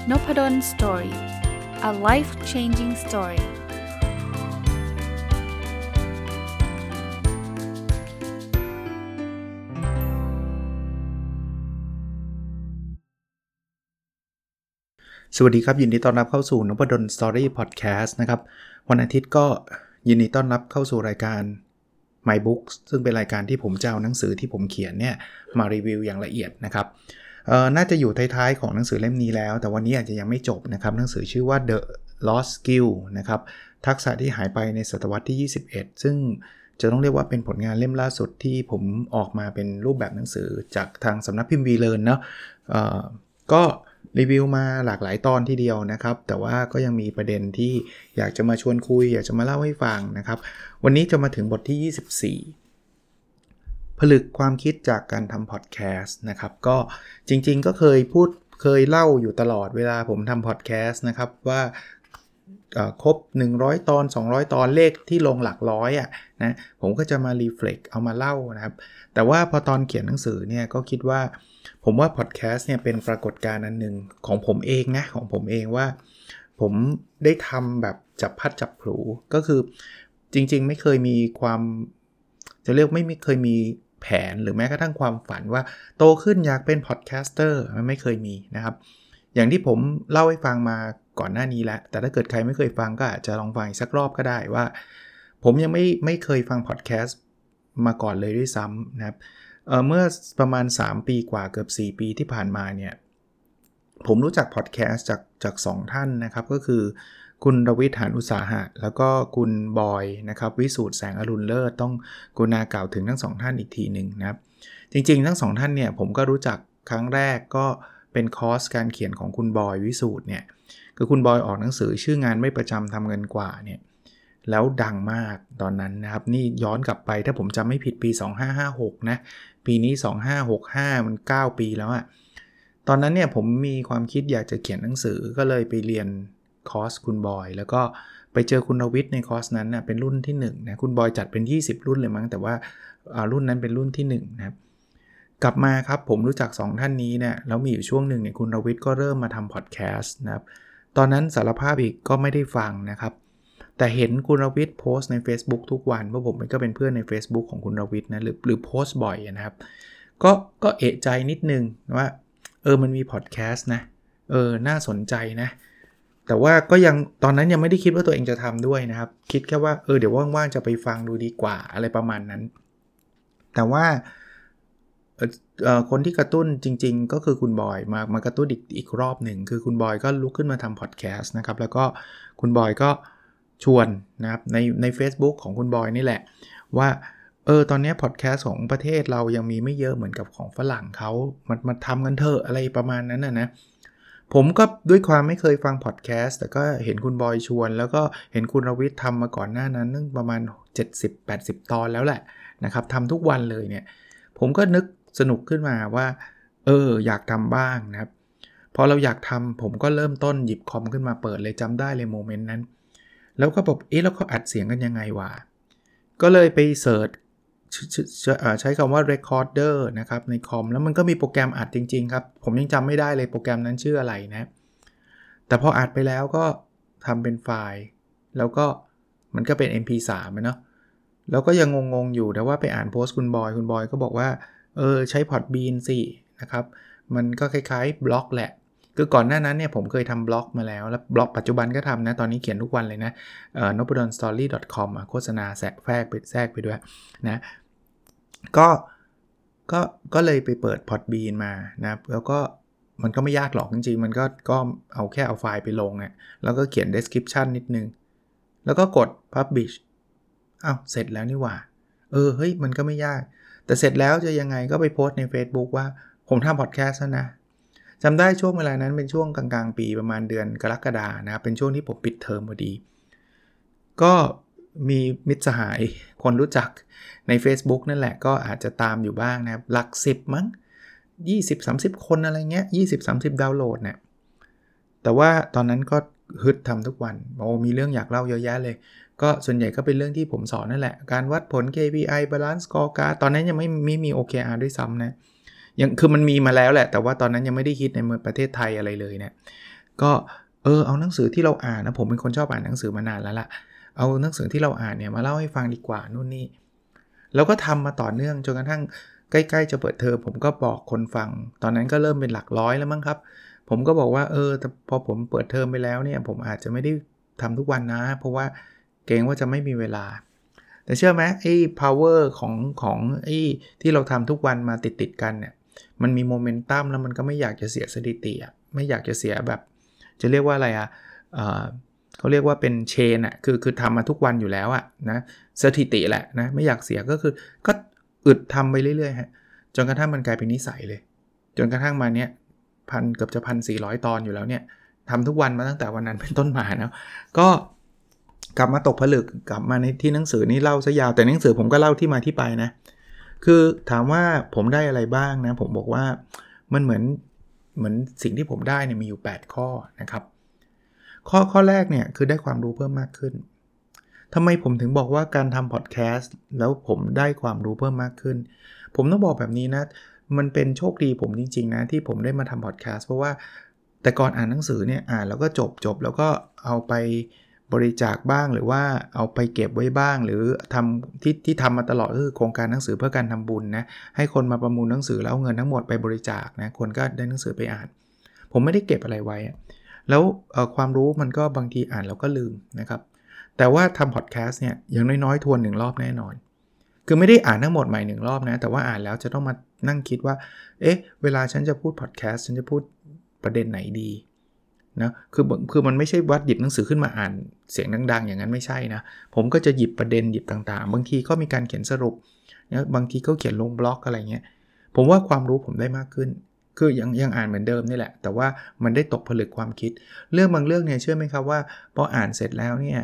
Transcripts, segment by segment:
Nopadon Story. A life-changing story. สวัสดีครับยินดีต้อนรับเข้าสู่ Nopadon Story Podcast นะครับวันอาทิตย์ก็ยินดีต้อนรับเข้าสู่รายการ My Books ซึ่งเป็นรายการที่ผมจะเอาหนังสือที่ผมเขียนเนี่ยมารีวิวอย่างละเอียดนะครับน่าจะอยู่ท้ายๆของหนังสือเล่มนี้แล้วแต่วันนี้อาจจะยังไม่จบนะครับหนังสือชื่อว่า The Lost Skill นะครับทักษะที่หายไปในศตวรรษที่21ซึ่งจะต้องเรียกว่าเป็นผลงานเล่มล่าสุดที่ผมออกมาเป็นรูปแบบหนังสือจากทางสำนักพิมพ์ VLearn เนาะก็รีวิวมาหลากหลายตอนทีเดียวนะครับแต่ว่าก็ยังมีประเด็นที่อยากจะมาชวนคุยอยากจะมาเล่าให้ฟังนะครับวันนี้จะมาถึงบทที่24ผลึกความคิดจากการทำพอดแคสต์นะครับก็จริงๆก็เคยเล่าอยู่ตลอดเวลาผมทำพอดแคสต์นะครับว่าครบ100ตอน200ตอนเลขที่ลงหลักร้อยนะผมก็จะมารีเฟล็กเอามาเล่านะครับแต่ว่าพอตอนเขียนหนังสือเนี่ยก็คิดว่าผมว่าพอดแคสต์เนี่ยเป็นปรากฏการณ์อันหนึ่งของผมเองนะของผมเองว่าผมได้ทำแบบจับพัดจับผูก็คือจริงๆไม่เคยมีความจะเรียกไม่เคยมีแผนหรือแม้กระทั่งความฝันว่าโตขึ้นอยากเป็นพอดแคสเตอร์มันไม่เคยมีนะครับอย่างที่ผมเล่าให้ฟังมาก่อนหน้านี้แล้วแต่ถ้าเกิดใครไม่เคยฟังก็อาจจะลองฟังอีกสักรอบก็ได้ว่าผมยังไม่เคยฟังพอดแคสต์มาก่อนเลยด้วยซ้ำนะครับเมื่อประมาณ3ปีกว่าเกือบ4ปีที่ผ่านมาเนี่ยผมรู้จักพอดแคสต์จาก2ท่านนะครับก็คือคุณรวิทย์หานอุตสาหะแล้วก็คุณบอยนะครับวิสูตรแสงอรุณเลิศต้องกรุณากล่าวถึงทั้ง2ท่านอีกทีนึงนะครับจริงๆทั้ง2ท่านเนี่ยผมก็รู้จักครั้งแรกก็เป็นคอร์สการเขียนของคุณบอยวิสูตรเนี่ยคือคุณบอยออกหนังสือชื่องานไม่ประจำทำเงินกว่าเนี่ยแล้วดังมากตอนนั้นนะครับนี่ย้อนกลับไปถ้าผมจำไม่ผิดปี2556นะปีนี้2565มัน9ปีแล้วตอนนั้นเนี่ยผมมีความคิดอยากจะเขียนหนังสือก็เลยไปเรียนคอร์สคุณบอยแล้วก็ไปเจอคุณรวิทย์ในคอร์สนั้นนะเป็นรุ่นที่1นะคุณบอยจัดเป็น20รุ่นเลยมั้งแต่ว่ารุ่นนั้นเป็นรุ่นที่1นะครับกลับมาครับผมรู้จัก2ท่านนี้เนี่ยแล้วมีอยู่ช่วงหนึ่งเนี่ยคุณรวิทย์ก็เริ่มมาทำพอดแคสต์นะครับตอนนั้นสารภาพอีกก็ไม่ได้ฟังนะครับแต่เห็นคุณรวิทย์โพสต์ใน Facebook ทุกวันเพราะผมก็เป็นเพื่อนใน Facebook ของคุณรวิทย์นะหรือโพสต์บ่อยนะครับก็เอะใจนิดนึงว่ามันมีพอดแคสต์นะน่าสนใจนะแต่ว่าก็ยังตอนนั้นยังไม่ได้คิดว่าตัวเองจะทำด้วยนะครับคิดแค่ว่าเดี๋ยวว่างๆจะไปฟังดูดีกว่าอะไรประมาณนั้นแต่ว่าคนที่กระตุ้นจริงๆก็คือคุณบอยมากระตุ้นอีกรอบหนึ่งคือคุณบอยก็ลุกขึ้นมาทำพอดแคสต์นะครับแล้วก็คุณบอยก็ชวนนะครับใน Facebook ของคุณบอยนี่แหละว่าตอนนี้พอดแคสต์ของประเทศเรายังมีไม่เยอะเหมือนกับของฝรั่งเขามาทำกันเถอะอะไรประมาณนั้นนะผมก็ด้วยความไม่เคยฟังพอดแคสต์แต่ก็เห็นคุณบอยชวนแล้วก็เห็นคุณรวิทย์ทำมาก่อนหน้านั้นนึงประมาณ 70-80 ตอนแล้วแหละนะครับทำทุกวันเลยเนี่ยผมก็นึกสนุกขึ้นมาว่าอยากทำบ้างนะครับพอเราอยากทำผมก็เริ่มต้นหยิบคอมขึ้นมาเปิดเลยจำได้เลยโมเมนต์นั้นแล้วก็บอกแล้วเขาอัดเสียงกันยังไงวะก็เลยไปเสิร์ชใช้คำว่า recorder นะครับในคอมแล้วมันก็มีโปรแกรมอัดจริงๆครับผมยังจำไม่ได้เลยโปรแกรมนั้นชื่ออะไรนะแต่พออัดไปแล้วก็ทำเป็นไฟล์แล้วก็มันก็เป็น mp3 เนาะแล้วก็ยังงงๆอยู่แต่ว่าไปอ่านโพสต์คุณบอยก็บอกว่าใช้ Podbean สินะครับมันก็คล้ายๆบล็อกแหละคือก่อนหน้านั้นเนี่ยผมเคยทำบล็อกมาแล้วบล็อกปัจจุบันก็ทำนะตอนนี้เขียนทุกวันเลยนะnopadonstory.com โฆษณาแทรกไปด้วยนะก็เลยไปเปิด Podbean มานะครับแล้วก็มันก็ไม่ยากหรอกจริงๆมันก็เอาแค่เอาไฟล์ไปลงแล้วก็เขียน description นิดนึงแล้วก็กด publish เสร็จแล้วนี่หว่าเฮ้ยมันก็ไม่ยากแต่เสร็จแล้วจะยังไงก็ไปโพสต์ใน Facebook ว่าผมทำพอดแคสต์นะจำได้ช่วงเวลานั้นเป็นช่วงกลางๆปีประมาณเดือนกรกฎาคมนะเป็นช่วงที่ผมปิดเทอมพอดีก็มีมิตรสหายคนรู้จักใน Facebook นั่นแหละก็อาจจะตามอยู่บ้างนะครับหลัก10มั้ง20-30 คนอะไรเงี้ย20-30 ดาวน์โหลดเนี่ยแต่ว่าตอนนั้นก็ฮึดทำทุกวันมีเรื่องอยากเล่าเยอะแยะเลยก็ส่วนใหญ่ก็เป็นเรื่องที่ผมสอนนั่นแหละการวัดผล KPI Balance Scorecard ตอนนั้นยังไม่มี OKR ด้วยซ้ำนะคือมันมีมาแล้วแหละแต่ว่าตอนนั้นยังไม่ได้ฮิตในประเทศไทยอะไรเลยเนี่ยก็เอาหนังสือที่เราอ่านนะผมเป็นคนชอบอ่านหนังสือมานานแล้วล่ะเอาหนังสือที่เราอ่านเนี่ยมาเล่าให้ฟังดีกว่านู่นนี่แล้วก็ทำมาต่อเนื่องจนกระทั่งใกล้ๆจะเปิดเทอมผมก็บอกคนฟังตอนนั้นก็เริ่มเป็นหลักร้อยแล้วมั้งครับผมก็บอกว่าแต่พอผมเปิดเทอมไปแล้วเนี่ยผมอาจจะไม่ได้ทำทุกวันนะเพราะว่าเกรงว่าจะไม่มีเวลาแต่เชื่อไหมไอ้ power ของไอ้ที่เราทำทุกวันมาติดกันเนี่ยมันมีโมเมนตัมแล้วมันก็ไม่อยากจะเสียสถิติอ่ะไม่อยากจะเสียแบบจะเรียกว่าอะไรอ่ะเขาเรียกว่าเป็นเชนอ่ะคือทำมาทุกวันอยู่แล้วอ่ะนะสถิติแหละนะไม่อยากเสียก็อึดทำไปเรื่อยๆฮะจนกระทั่งมันกลายเป็นนิสัยเลยจนกระทั่งมาเนี้ยเกือบจะ 1,400 ตอนอยู่แล้วเนี่ยทำทุกวันมาตั้งแต่วันนั้นเป็นต้นมานะก็กลับมาตกผลึกกลับมาในที่หนังสือนี่เล่าซะยาวแต่หนังสือผมก็เล่าที่มาที่ไปนะคือถามว่าผมได้อะไรบ้างนะผมบอกว่ามันเหมือนสิ่งที่ผมได้เนี่ยมีอยู่8ข้อนะครับข้อแรกเนี่ยคือได้ความรู้เพิ่มมากขึ้นทำไมผมถึงบอกว่าการทำพอดแคสต์แล้วผมได้ความรู้เพิ่มมากขึ้นผมต้องบอกแบบนี้นะมันเป็นโชคดีผมจริงๆนะที่ผมได้มาทำพอดแคสต์เพราะว่าแต่ก่อนอ่านหนังสือเนี่ยอ่านแล้วก็จบแล้วก็เอาไปบริจาคบ้างหรือว่าเอาไปเก็บไว้บ้างหรือทำที่ทำมาตลอดคือโครงการหนังสือเพื่อการทำบุญนะให้คนมาประมูลหนังสือแล้วเอาเงินทั้งหมดไปบริจาคนะคนก็ได้หนังสือไปอ่านผมไม่ได้เก็บอะไรไว้แล้วความรู้มันก็บางทีอ่านแล้วก็ลืมนะครับแต่ว่าทำพอดแคสต์เนี่ยอย่างน้อยๆทวน1รอบแน่นอนคือไม่ได้อ่านทั้งหมดใหม่1รอบนะแต่ว่าอ่านแล้วจะต้องมานั่งคิดว่าเวลาฉันจะพูดพอดแคสต์ฉันจะพูดประเด็นไหนดีนะคือมันไม่ใช่วัดหยิบหนังสือขึ้นมาอ่านเสียงดังๆอย่างนั้นไม่ใช่นะผมก็จะหยิบประเด็นหยิบต่างๆบางทีก็มีการเขียนสรุปนะบางทีก็เขียนลงบล็อกอะไรเงี้ยผมว่าความรู้ผมได้มากขึ้นคือยังอ่านเหมือนเดิมนี่แหละแต่ว่ามันได้ตกผลึกความคิดเรื่องบางเรื่องเนี่ยเชื่อไหมครับว่าพออ่านเสร็จแล้วเนี่ย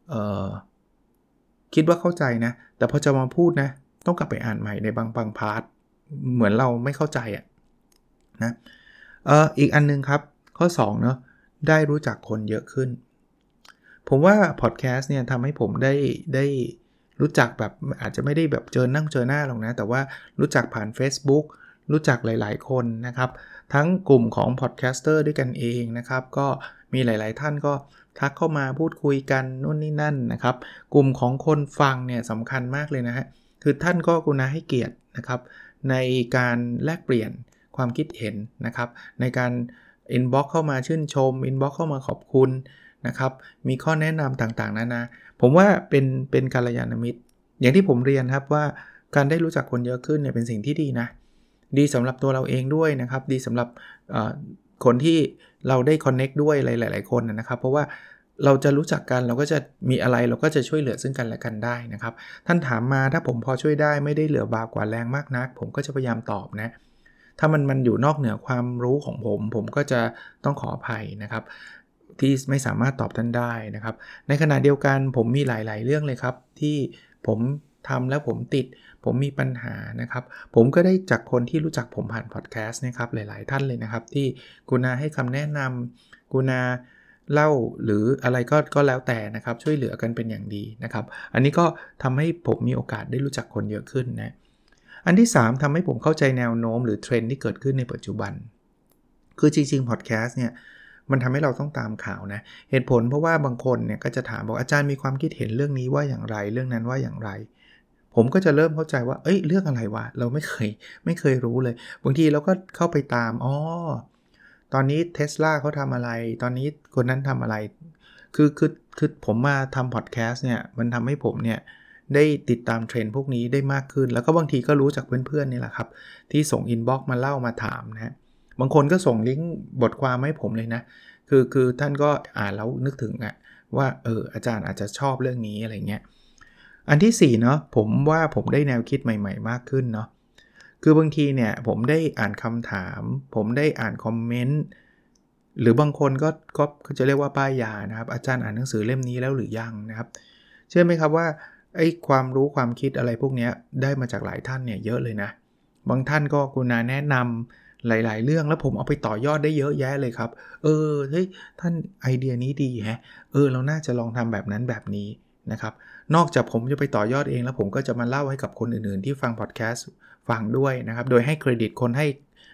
คิดว่าเข้าใจนะแต่พอจะมาพูดนะต้องกลับไปอ่านใหม่ในบางพาร์ทเหมือนเราไม่เข้าใจอ่ะนะอีกอันนึงครับข้อ2เนาะได้รู้จักคนเยอะขึ้นผมว่าพอดแคสต์เนี่ยทำให้ผมได้รู้จักแบบอาจจะไม่ได้แบบเจอหน้าหรอกนะแต่ว่ารู้จักผ่าน Facebook รู้จักหลายๆคนนะครับทั้งกลุ่มของพอดแคสเตอร์ด้วยกันเองนะครับก็มีหลายๆท่านก็ทักเข้ามาพูดคุยกันนู่นนี่นั่นนะครับกลุ่มของคนฟังเนี่ยสำคัญมากเลยนะฮะคือท่านก็กรุณาให้เกียรตินะครับในการแลกเปลี่ยนความคิดเห็นนะครับในการinbox เข้ามาชื่นชม inbox เข้ามาขอบคุณนะครับมีข้อแนะนำต่างๆนานาผมว่าเป็นกัลยาณมิตรอย่างที่ผมเรียนครับว่าการได้รู้จักคนเยอะขึ้นเนี่ยเป็นสิ่งที่ดีนะดีสำหรับตัวเราเองด้วยนะครับดีสำหรับคนที่เราได้ connect ด้วยหลายๆคนนะครับเพราะว่าเราจะรู้จักกันเราก็จะมีอะไรเราก็จะช่วยเหลือซึ่งกันและกันได้นะครับท่านถามมาถ้าผมพอช่วยได้ไม่ได้เหลือบากว่าแรงมากนักผมก็จะพยายามตอบนะถ้ามันอยู่นอกเหนือความรู้ของผมก็จะต้องขออภัยนะครับที่ไม่สามารถตอบท่านได้นะครับในขณะเดียวกันผมมีหลายๆเรื่องเลยครับที่ผมทำแล้วผมติดผมมีปัญหานะครับผมก็ได้จากคนที่รู้จักผมผ่านพอดแคสต์นะครับหลายๆท่านเลยนะครับที่กรุณาให้คำแนะนำกรุณาเล่าหรืออะไรก็แล้วแต่นะครับช่วยเหลือกันเป็นอย่างดีนะครับอันนี้ก็ทำให้ผมมีโอกาสได้รู้จักคนเยอะขึ้นนะอันที่3ทำให้ผมเข้าใจแนวโน้มหรือเทรนด์ที่เกิดขึ้นในปัจจุบันคือจริงๆพอดแคสต์เนี่ยมันทำให้เราต้องตามข่าวนะเหตุผลเพราะว่าบางคนเนี่ยก็จะถามบอกอาจารย์มีความคิดเห็นเรื่องนี้ว่าอย่างไรเรื่องนั้นว่าอย่างไรผมก็จะเริ่มเข้าใจว่าเรื่องอะไรวะเราไม่เคยรู้เลยบางทีเราก็เข้าไปตามตอนนี้ Tesla เขาทำอะไรตอนนี้คนนั้นทำอะไรคือผมมาทำพอดแคสต์เนี่ยมันทำให้ผมเนี่ยได้ติดตามเทรนด์พวกนี้ได้มากขึ้นแล้วก็บางทีก็รู้จากเพื่อนๆนี่แหละครับที่ส่งอินบ็อกซ์มาเล่ามาถามนะบางคนก็ส่งลิงก์บทความให้ผมเลยนะคือท่านก็อ่านแล้วนึกถึงว่าอาจารย์อาจจะชอบเรื่องนี้อะไรเงี้ยอันที่4เนาะผมว่าผมได้แนวคิดใหม่ๆมากขึ้นเนาะคือบางทีเนี่ยผมได้อ่านคำถามผมได้อ่านคอมเมนต์หรือบางคนก็จะเรียกว่าป้ายยานะครับอาจารย์อ่านหนังสือเล่มนี้แล้วหรือยังนะครับเชื่อไหมครับว่าความรู้ความคิดอะไรพวกนี้ได้มาจากหลายท่านเนี่ยเยอะเลยนะบางท่านก็กรุณาแนะนำหลายๆเรื่องแล้วผมเอาไปต่อยอดได้เยอะแยะเลยครับเฮ้ยท่านไอเดียนี้ดีแฮะเราน่าจะลองทำแบบนั้นแบบนี้นะครับนอกจากผมจะไปต่อยอดเองแล้วผมก็จะมาเล่าให้กับคนอื่นๆที่ฟังพอดแคสต์ฟังด้วยนะครับโดยให้เครดิตคนให้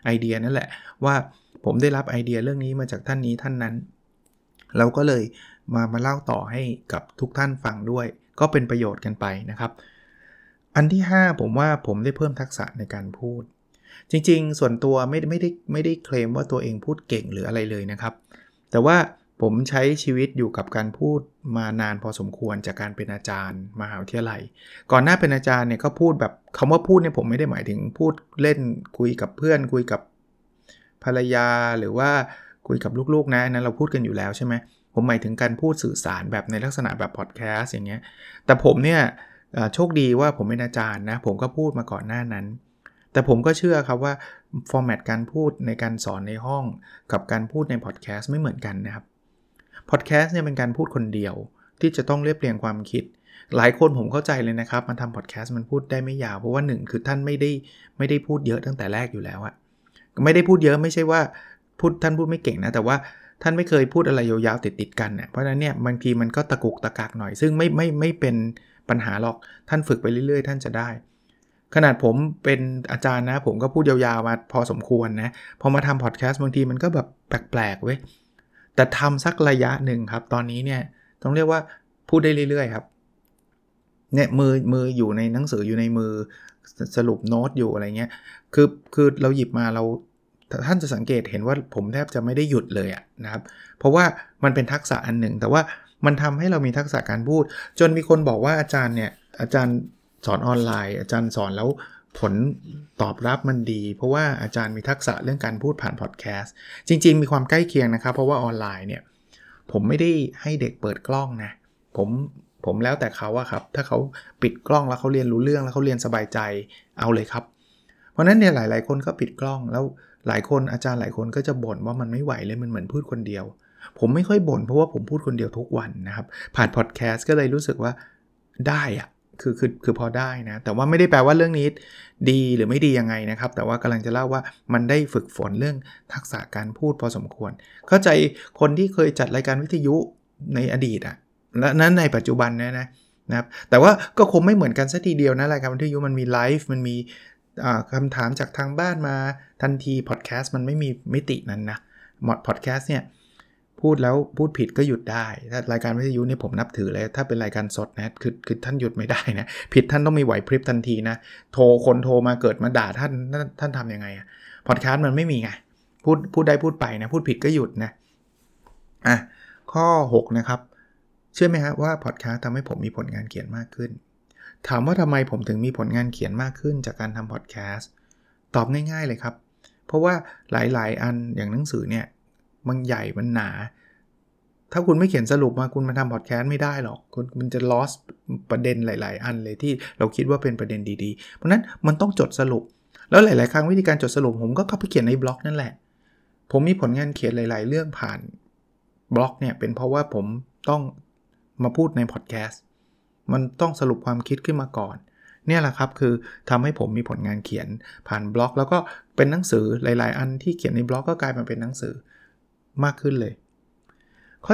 ไอเดียนั่นแหละว่าผมได้รับไอเดียเรื่องนี้มาจากท่านนี้ท่านนั้นเราก็เลยมาเล่าต่อให้กับทุกท่านฟังด้วยก็เป็นประโยชน์กันไปนะครับอันที่5ผมว่าผมได้เพิ่มทักษะในการพูดจริงๆส่วนตัวไม่ได้เคลมว่าตัวเองพูดเก่งหรืออะไรเลยนะครับแต่ว่าผมใช้ชีวิตอยู่กับการพูดมานานพอสมควรจากการเป็นอาจารย์มหาวิทยาลัยก่อนหน้าเป็นอาจารย์เนี่ยก็พูดแบบคำว่าพูดเนี่ยผมไม่ได้หมายถึงพูดเล่นคุยกับเพื่อนคุยกับภรรยาหรือว่าคุยกับลูกๆนะนั้นเราพูดกันอยู่แล้วใช่ไหมผมหมายถึงการพูดสื่อสารแบบในลักษณะแบบพอดแคสต์อย่างเงี้ยแต่ผมเนี่ยโชคดีว่าผมเป็นอาจารย์นะผมก็พูดมาก่อนหน้านั้นแต่ผมก็เชื่อครับว่าฟอร์แมตการพูดในการสอนในห้องกับการพูดในพอดแคสต์ไม่เหมือนกันนะครับพอดแคสต์เนี่ยเป็นการพูดคนเดียวที่จะต้องเรียบเรียงความคิดหลายคนผมเข้าใจเลยนะครับมาทำพอดแคสต์มันพูดได้ไม่ยาวเพราะว่า1คือท่านไม่ได้พูดเยอะตั้งแต่แรกอยู่แล้วอะไม่ได้พูดเยอะไม่ใช่ว่าท่านพูดไม่เก่งนะแต่ว่าท่านไม่เคยพูดอะไรยาวๆติดกันเนี่ยเพราะฉะนั้นเนี่ยบางทีมันก็ตะกุกตะกักหน่อยซึ่งไม่เป็นปัญหาหรอกท่านฝึกไปเรื่อยๆท่านจะได้ขนาดผมเป็นอาจารย์นะผมก็พูดยาวๆมาพอสมควรนะพอมาทำพอดแคสต์บางทีมันก็แบบแปลกๆเว้ยแต่ทำสักระยะหนึ่งครับตอนนี้เนี่ยต้องเรียกว่าพูดได้เรื่อยๆครับเนี่ยมืออยู่ในหนังสืออยู่ในมือสรุปโน้ตอยู่อะไรเงี้ยคือเราหยิบมาเราท่านจะสังเกตเห็นว่าผมแทบจะไม่ได้หยุดเลยนะครับเพราะว่ามันเป็นทักษะอันหนึ่งแต่ว่ามันทำให้เรามีทักษะการพูดจนมีคนบอกว่าอาจารย์สอนออนไลน์อาจารย์สอนแล้วผลตอบรับมันดีเพราะว่าอาจารย์มีทักษะเรื่องการพูดผ่านพอดแคสต์จริงๆมีความใกล้เคียงนะครับเพราะว่าออนไลน์เนี่ยผมไม่ได้ให้เด็กเปิดกล้องนะผมแล้วแต่เขาอะครับถ้าเขาปิดกล้องแล้วเขาเรียนรู้เรื่องแล้วเขาเรียนสบายใจเอาเลยครับเพราะนั้นเนี่ยหลายๆคนก็ปิดกล้องแล้วหลายคนอาจารย์หลายคนก็จะบ่นว่ามันไม่ไหวเลยมันเหมือนพูดคนเดียวผมไม่ค่อยบ่นเพราะว่าผมพูดคนเดียวทุกวันนะครับผ่านพอดแคสต์ก็เลยรู้สึกว่าได้อะคือพอได้นะแต่ว่าไม่ได้แปลว่าเรื่องนี้ดีหรือไม่ดียังไงนะครับแต่ว่ากำลังจะเล่าว่ามันได้ฝึกฝนเรื่องทักษะการพูดพอสมควรเข้าใจคนที่เคยจัดรายการวิทยุในอดีตอะและนั้นในปัจจุบันนะครับแต่ว่าก็คงไม่เหมือนกันซะทีเดียวนะรายการวิทยุมันมีไลฟ์มันมีคำถามจากทางบ้านมาทันทีพอดแคสต์มันไม่มีมิตินั้นนะพอดแคสต์เนี่ยพูดแล้วพูดผิดก็หยุดได้ถ้ารายการวิทยุนี่ผมนับถือเลยถ้าเป็นรายการสดนะคือท่านหยุดไม่ได้นะผิดท่านต้องมีไหวพริบทันทีนะคนโทรมาเกิดมาด่าท่านทำยังไงอะพอดแคสต์มันไม่มีไงพูดได้พูดไปนะพูดผิดก็หยุดนะข้อ6นะครับเชื่อไหมฮะว่าพอดแคสต์ทำให้ผมมีผลงานเขียนมากขึ้นถามว่าทำไมผมถึงมีผลงานเขียนมากขึ้นจากการทำพอดแคสต์ตอบง่ายๆเลยครับเพราะว่าหลายๆอันอย่างหนังสือเนี่ยมันใหญ่มันหนาถ้าคุณไม่เขียนสรุปมาคุณมาทำพอดแคสต์ไม่ได้หรอกคุณจะ lost ประเด็นหลายๆอันเลยที่เราคิดว่าเป็นประเด็นดีๆเพราะนั้นมันต้องจดสรุปแล้วหลายๆครั้งวิธีการจดสรุปผมก็เข้าไปเขียนในบล็อกนั่นแหละผมมีผลงานเขียนหลายๆเรื่องผ่านบล็อกเนี่ยเป็นเพราะว่าผมต้องมาพูดในพอดแคสต์มันต้องสรุปความคิดขึ้นมาก่อนเนี่ยแหละครับคือทำให้ผมมีผลงานเขียนผ่านบล็อกแล้วก็เป็นหนังสือหลายๆอันที่เขียนในบล็อกก็กลายมาเป็นหนังสือมากขึ้นเลยข้อ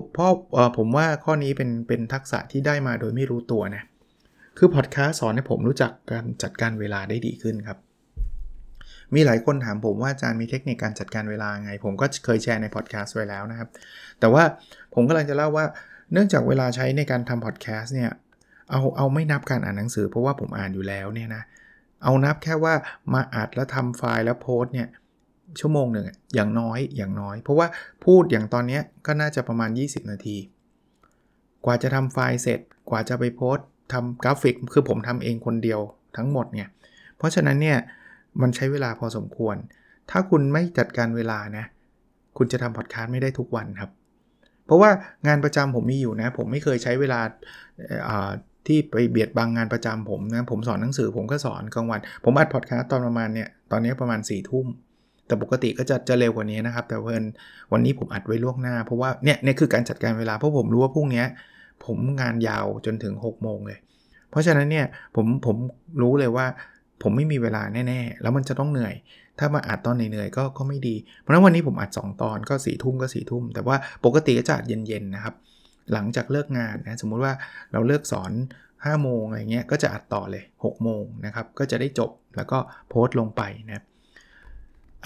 7ผมว่าข้อนี้เป็นทักษะที่ได้มาโดยไม่รู้ตัวนะคือพอดแคสต์สอนให้ผมรู้จักการจัดการเวลาได้ดีขึ้นครับมีหลายคนถามผมว่าอาจารย์มีเทคนิคการจัดการเวลาไงผมก็เคยแชร์ในพอดแคสต์ไว้แล้วนะครับแต่ว่าผมกำลังจะเล่าว่าเนื่องจากเวลาใช้ในการทำพอดแคสต์เนี่ยเอาไม่นับการอ่านหนังสือเพราะว่าผมอ่านอยู่แล้วเนี่ยนะเอานับแค่ว่ามาอัดแล้วทำไฟล์แล้วโพสต์เนี่ยชั่วโมงหนึ่งอย่างน้อยเพราะว่าพูดอย่างตอนนี้ก็น่าจะประมาณ20นาทีกว่าจะทำไฟล์เสร็จกว่าจะไปโพสต์ทำกราฟิกคือผมทำเองคนเดียวทั้งหมดเนี่ยเพราะฉะนั้นเนี่ยมันใช้เวลาพอสมควรถ้าคุณไม่จัดการเวลานะคุณจะทำพอดแคสต์ไม่ได้ทุกวันครับเพราะว่างานประจำผมมีอยู่นะผมไม่เคยใช้เวลาที่ไปเบียดบังงานประจำผมนะผมสอนหนังสือผมก็สอนกลางวันผมอัดพอดแคสต์ตอนประมาณเนี่ยตอนนี้ประมาณ4 ทุ่มแต่ปกติก็จะเร็วกว่านี้นะครับแต่วันนี้ผมอัดไว้ล่วงหน้าเพราะว่าเนี่ยคือการจัดการเวลาเพราะผมรู้ว่าพรุ่งนี้ผมงานยาวจนถึง6 โมงเลยเพราะฉะนั้นเนี่ยผมรู้เลยว่าผมไม่มีเวลาแน่ๆแล้วมันจะต้องเหนื่อยถ้ามาอัดตอนเหนื่อยๆก็ไม่ดีเพราะฉะนั้นวันนี้ผมอัด2 ตอนก็4 ทุ่มก็4 ทุ่มแต่ว่าปกติก็จะอัดเย็นๆนะครับหลังจากเลิกงานนะสมมุติว่าเราเลิกสอน5 โมงอะไรเงี้ยก็จะอัดต่อเลย6 โมงนะครับก็จะได้จบแล้วก็โพสต์ลงไปนะ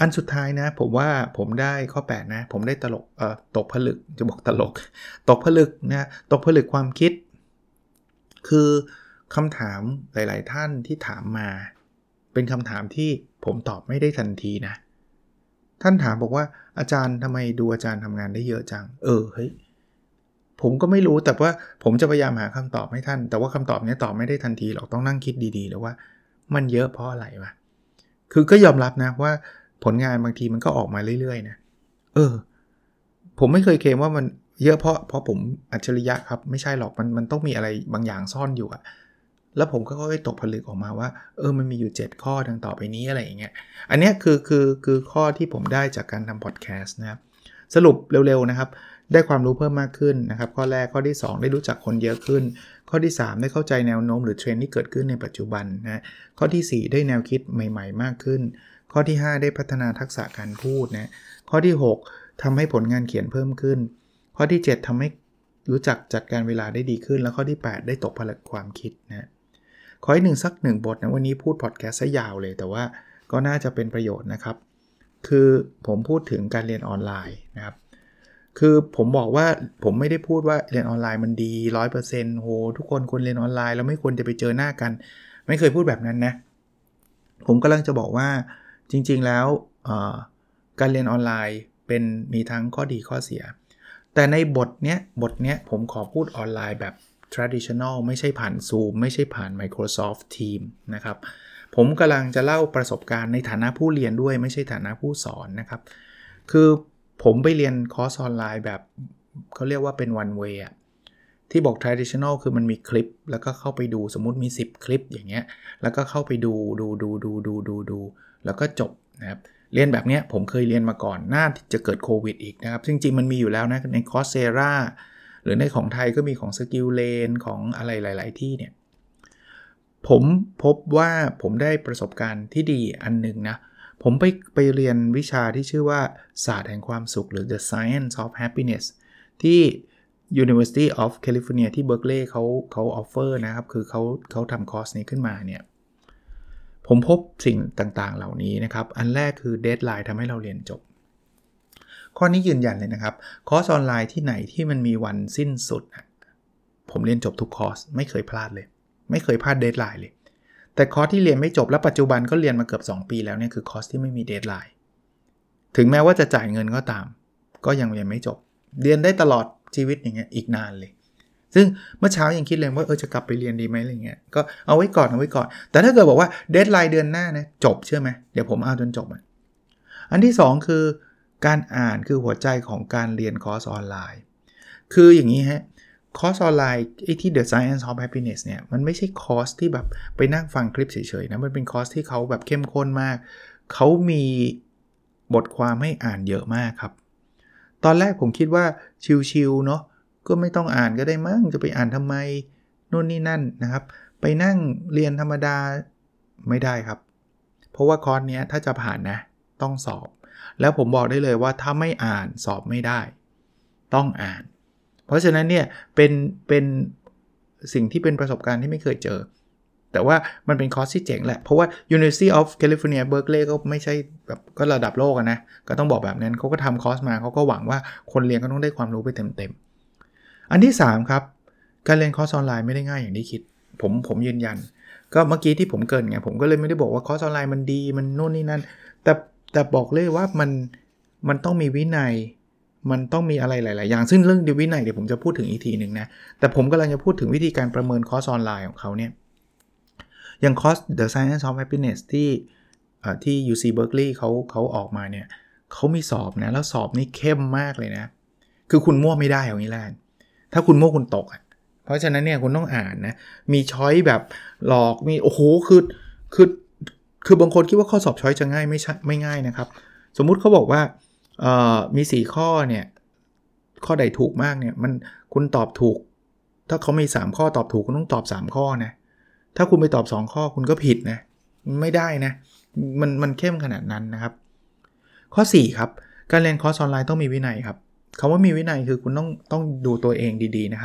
อันสุดท้ายนะผมว่าผมได้ข้อ8นะผมได้ตกผลึกจะบอกตลกตกผลึกนะตกผลึกความคิดคือคำถามหลายๆท่านที่ถามมาเป็นคำถามที่ผมตอบไม่ได้ทันทีนะท่านถามบอกว่าอาจารย์ทำไมดูอาจารย์ทำงานได้เยอะจังเฮ้ยผมก็ไม่รู้แต่ว่าผมจะพยายามหาคำตอบให้ท่านแต่ว่าคำตอบนี้ตอบไม่ได้ทันทีหรอกต้องนั่งคิดดีๆแล้วว่ามันเยอะเพราะอะไรวะคือก็ยอมรับนะว่าผลงานบางทีมันก็ออกมาเรื่อยๆนะผมไม่เคยเคลมว่ามันเยอะเพราะผมอัจฉริยะครับไม่ใช่หรอกมันต้องมีอะไรบางอย่างซ่อนอยู่อะแล้วผมก็ค่อยๆตกผลึกออกมาว่ามันมีอยู่7ข้อดังต่อไปนี้อะไรอย่างเงี้ยอันนี้คือข้อที่ผมได้จากการทำพอดแคสต์นะครับสรุปเร็วๆนะครับได้ความรู้เพิ่มมากขึ้นนะครับข้อแรกข้อที่2ได้รู้จักคนเยอะขึ้นข้อที่3ได้เข้าใจแนวโน้มหรือเทรนด์ที่เกิดขึ้นในปัจจุบันนะข้อที่4ได้แนวคิดใหม่ๆมากขึ้นข้อที่5ได้พัฒนาทักษะการพูดนะข้อที่6ทำให้ผลงานเขียนเพิ่มขึ้นข้อที่7ทำให้รู้จักจัดการเวลาได้ดีขึ้นแล้วข้อที่8ได้ตกผลึกความคิดนะขอให้สัก1บทนะวันนี้พูดพอดแคสต์ซะยาวเลยแต่ว่าก็น่าจะเป็นประโยชน์นะครับคือผมพูดถึงการเรียนออนไลน์นะครับคือผมบอกว่าผมไม่ได้พูดว่าเรียนออนไลน์มันดี 100% โหทุกคนควรเรียนออนไลน์แล้วไม่ควรจะไปเจอหน้ากันไม่เคยพูดแบบนั้นนะผมกำลังจะบอกว่าจริงๆแล้วการเรียนออนไลน์มีทั้งข้อดีข้อเสียแต่ในบทเนี้ยผมขอพูดออนไลน์แบบ traditional ไม่ใช่ผ่าน Zoom ไม่ใช่ผ่าน Microsoft Teams นะครับผมกำลังจะเล่าประสบการณ์ในฐานะผู้เรียนด้วยไม่ใช่ฐานะผู้สอนนะครับคือผมไปเรียนคอร์สออนไลน์แบบเขาเรียกว่าเป็น one way อะที่บอก traditional คือมันมีคลิปแล้วก็เข้าไปดูสมมุติมี10คลิปอย่างเงี้ยแล้วก็เข้าไปดูแล้วก็จบนะครับเรียนแบบเนี้ยผมเคยเรียนมาก่อนหน้าที่จะเกิดโควิดอีกนะครับจริงๆมันมีอยู่แล้วนะใน Coursera หรือในของไทยก็มีของ Skillane ของอะไรหลายๆที่เนี่ยผมพบว่าผมได้ประสบการณ์ที่ดีอันนึงนะผมไปเรียนวิชาที่ชื่อว่าศาสตร์แห่งความสุขหรือ The Science of Happiness ที่ University of California ที่ Berkeley เขาออฟเฟอร์นะครับคือเขาทำคอร์สนี้ขึ้นมาเนี่ยผมพบสิ่งต่างๆเหล่านี้นะครับอันแรกคือเดดไลน์ทำให้เราเรียนจบข้อนี้ยืนยันเลยนะครับคอร์สออนไลน์ที่ไหนที่มันมีวันสิ้นสุดผมเรียนจบทุกคอร์สไม่เคยพลาดเลยไม่เคยพลาดเดดไลน์เลยแต่คอร์สที่เรียนไม่จบและปัจจุบันก็เรียนมาเกือบ2ปีแล้วเนี่ยคือคอร์สที่ไม่มีเดดไลน์ถึงแม้ว่าจะจ่ายเงินก็ตามก็ยังเรียนไม่จบเรียนได้ตลอดชีวิตอย่างเงี้ยอีกนานเลยซึ่งเมื่อเช้ายังคิดเลยว่าจะกลับไปเรียนดีไหมอะไรเงี้ยก็เอาไว้ก่อนแต่ถ้าเกิดบอกว่าเดดไลน์เดือนหน้านะจบเชื่อไหมเดี๋ยวผมเอาจนจบอันที่2คือการอ่านคือหัวใจของการเรียนคอร์สออนไลน์คืออย่างนี้ฮะคอร์สออนไลน์ที่ The Science of Happiness เนี่ยมันไม่ใช่คอร์สที่แบบไปนั่งฟังคลิปเฉยๆนะมันเป็นคอร์สที่เขาแบบเข้มข้นมากเขามีบทความให้อ่านเยอะมากครับตอนแรกผมคิดว่าชิลๆเนาะก็ไม่ต้องอ่านก็ได้มั้งจะไปอ่านทำไมนู่นนี่นั่นนะครับไปนั่งเรียนธรรมดาไม่ได้ครับเพราะว่าคอร์สเนี้ยถ้าจะผ่านนะต้องสอบแล้วผมบอกได้เลยว่าถ้าไม่อ่านสอบไม่ได้ต้องอ่านเพราะฉะนั้นเนี่ยเป็นสิ่งที่เป็นประสบการณ์ที่ไม่เคยเจอแต่ว่ามันเป็นคอร์สที่เจ๋งแหละเพราะว่า University of California Berkeley ก็ไม่ใช่แบบก็ระดับโลกนะก็ต้องบอกแบบนั้นเขาก็ทำคอร์สมาเขาก็หวังว่าคนเรียนก็ต้องได้ความรู้ไปเต็มๆอันที่3ครับการเรียนคอร์สออนไลน์ไม่ได้ง่ายอย่างที่คิดผมยืนยันก็เมื่อกี้ที่ผมเกริ่นไงผมก็เลยไม่ได้บอกว่าคอร์สออนไลน์มันดีมันโน่นนี่นั่นแต่บอกเลยว่ามันต้องมีวินัยมันต้องมีอะไรหลายๆอย่างซึ่งเรื่องวินัยเดี๋ยวผมจะพูดถึงอีกทีนึงนะแต่ผมกำลังจะพูดถึงวิธีการประเมินคอร์สออนไลน์ของเขาเนี่ยอย่างคอร์ส The Science of Happiness ที่ UC Berkeley เขาออกมาเนี่ยเขามีสอบนะแล้วสอบนี่เข้มมากเลยนะคือคุณมั่วไม่ได้อย่างนี้แหละถ้าคุณมั่วคุณตกเพราะฉะนั้นเนี่ยคุณต้องอ่านนะมีช้อยแบบหลอกมีโอ้โหคือบางคนคิดว่าข้อสอบช้อยจะง่ายไม่ง่ายนะครับสมมุติเขาบอกว่ามี4ข้อเนี่ยข้อใดถูกมากเนี่ยคุณตอบถูกถ้าเขามี3ข้อตอบถูกคุณต้องตอบ3ข้อนะถ้าคุณไปตอบ2ข้อคุณก็ผิดนะไม่ได้นะมันเข้มขนาดนั้นนะครับข้อ4ครับการเรียนคอร์สออนไลน์ต้องมีวินัยครับคำว่ามีวินัยคือคุณต้องดูตัวเองดีๆนะครับ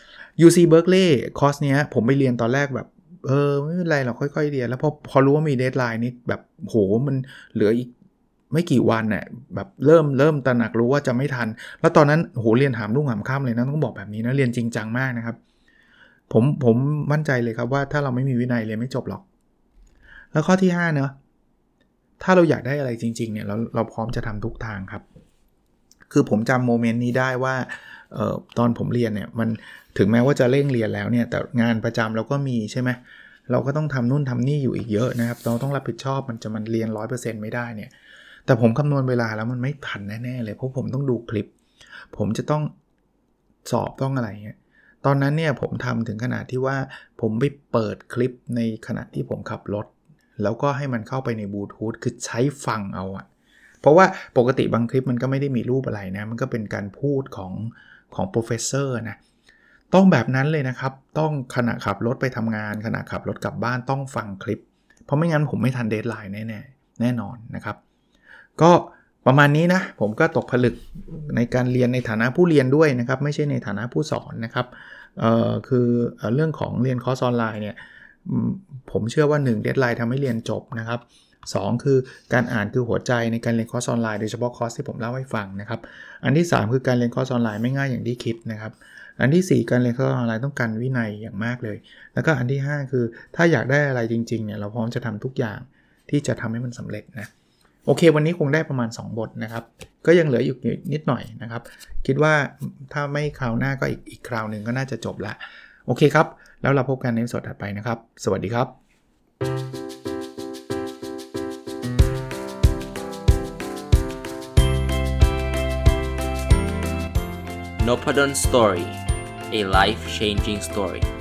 UC Berkeley คอร์สเนี้ยผมไปเรียนตอนแรกแบบไม่เป็นไรเราค่อยๆเรียนแล้วพอรู้ว่ามีเดดไลน์นี่แบบโหมันเหลืออีกไม่กี่วันเนี่ยแบบเริ่มตระหนักรู้ว่าจะไม่ทันแล้วตอนนั้นโหเรียนหามรุ่งหามค่ำเลยนะต้องบอกแบบนี้นะเรียนจริงจังมากนะครับผมมั่นใจเลยครับว่าถ้าเราไม่มีวินัยเรียนไม่จบหรอกแล้วข้อที่5เนอะถ้าเราอยากได้อะไรจริงๆเนี่ยเราพร้อมจะทำทุกทางครับคือผมจำโมเมนต์นี้ได้ว่าตอนผมเรียนเนี่ยมันถึงแม้ว่าจะเร่งเรียนแล้วเนี่ยแต่งานประจำเราก็มีใช่ไหมเราก็ต้องทำนู่นทำนี่อยู่อีกเยอะนะครับเราต้องรับผิดชอบมันเรียน 100% ไม่ได้เนี่ยแต่ผมคำนวณเวลาแล้วมันไม่ทันแน่ๆเลยเพราะผมต้องดูคลิปผมจะต้องสอบต้องอะไรเงี้ยตอนนั้นเนี่ยผมทำถึงขนาดที่ว่าผมไปเปิดคลิปในขณะที่ผมขับรถแล้วก็ให้มันเข้าไปในบลูทูธคือใช้ฟังเอาอะเพราะว่าปกติบางคลิปมันก็ไม่ได้มีรูปอะไรนะมันก็เป็นการพูดของโปรเฟสเซอร์นะต้องแบบนั้นเลยนะครับต้องขณะขับรถไปทำงานขณะขับรถกลับบ้านต้องฟังคลิปเพราะไม่งั้นผมไม่ทันเดดไลน์แน่นอนนะครับก็ประมาณนี้นะผมก็ตกผลึกในการเรียนในฐานะผู้เรียนด้วยนะครับไม่ใช่ในฐานะผู้สอนนะครับคือเรื่องของเรียนคอร์สออนไลน์เนี่ยผมเชื่อว่า1เดดไลน์ทำให้เรียนจบนะครับ2คือการอ่านคือหัวใจในการเรียนคอร์สออนไลน์โดยเฉพาะคอร์สที่ผมเล่าให้ฟังนะครับอันที่3คือการเรียนคอร์สออนไลน์ไม่ง่ายอย่างที่คิดนะครับอันที่4การเรียนคอร์สออนไลน์ต้องการวินัยอย่างมากเลยแล้วก็อันที่5คือถ้าอยากได้อะไรจริงๆเนี่ยเราพร้อมจะทำทุกอย่างที่จะทำให้มันสำเร็จนะโอเควันนี้คงได้ประมาณ2บทนะครับก็ยังเหลืออยู่นิดหน่อยนะครับคิดว่าถ้าไม่คราวหน้าก็อีกคราวนึงก็น่าจะจบละโอเคครับแล้วเราพบกันในสดถัดไปนะครับสวัสดีครับ Nopadon Story, a life-changing story.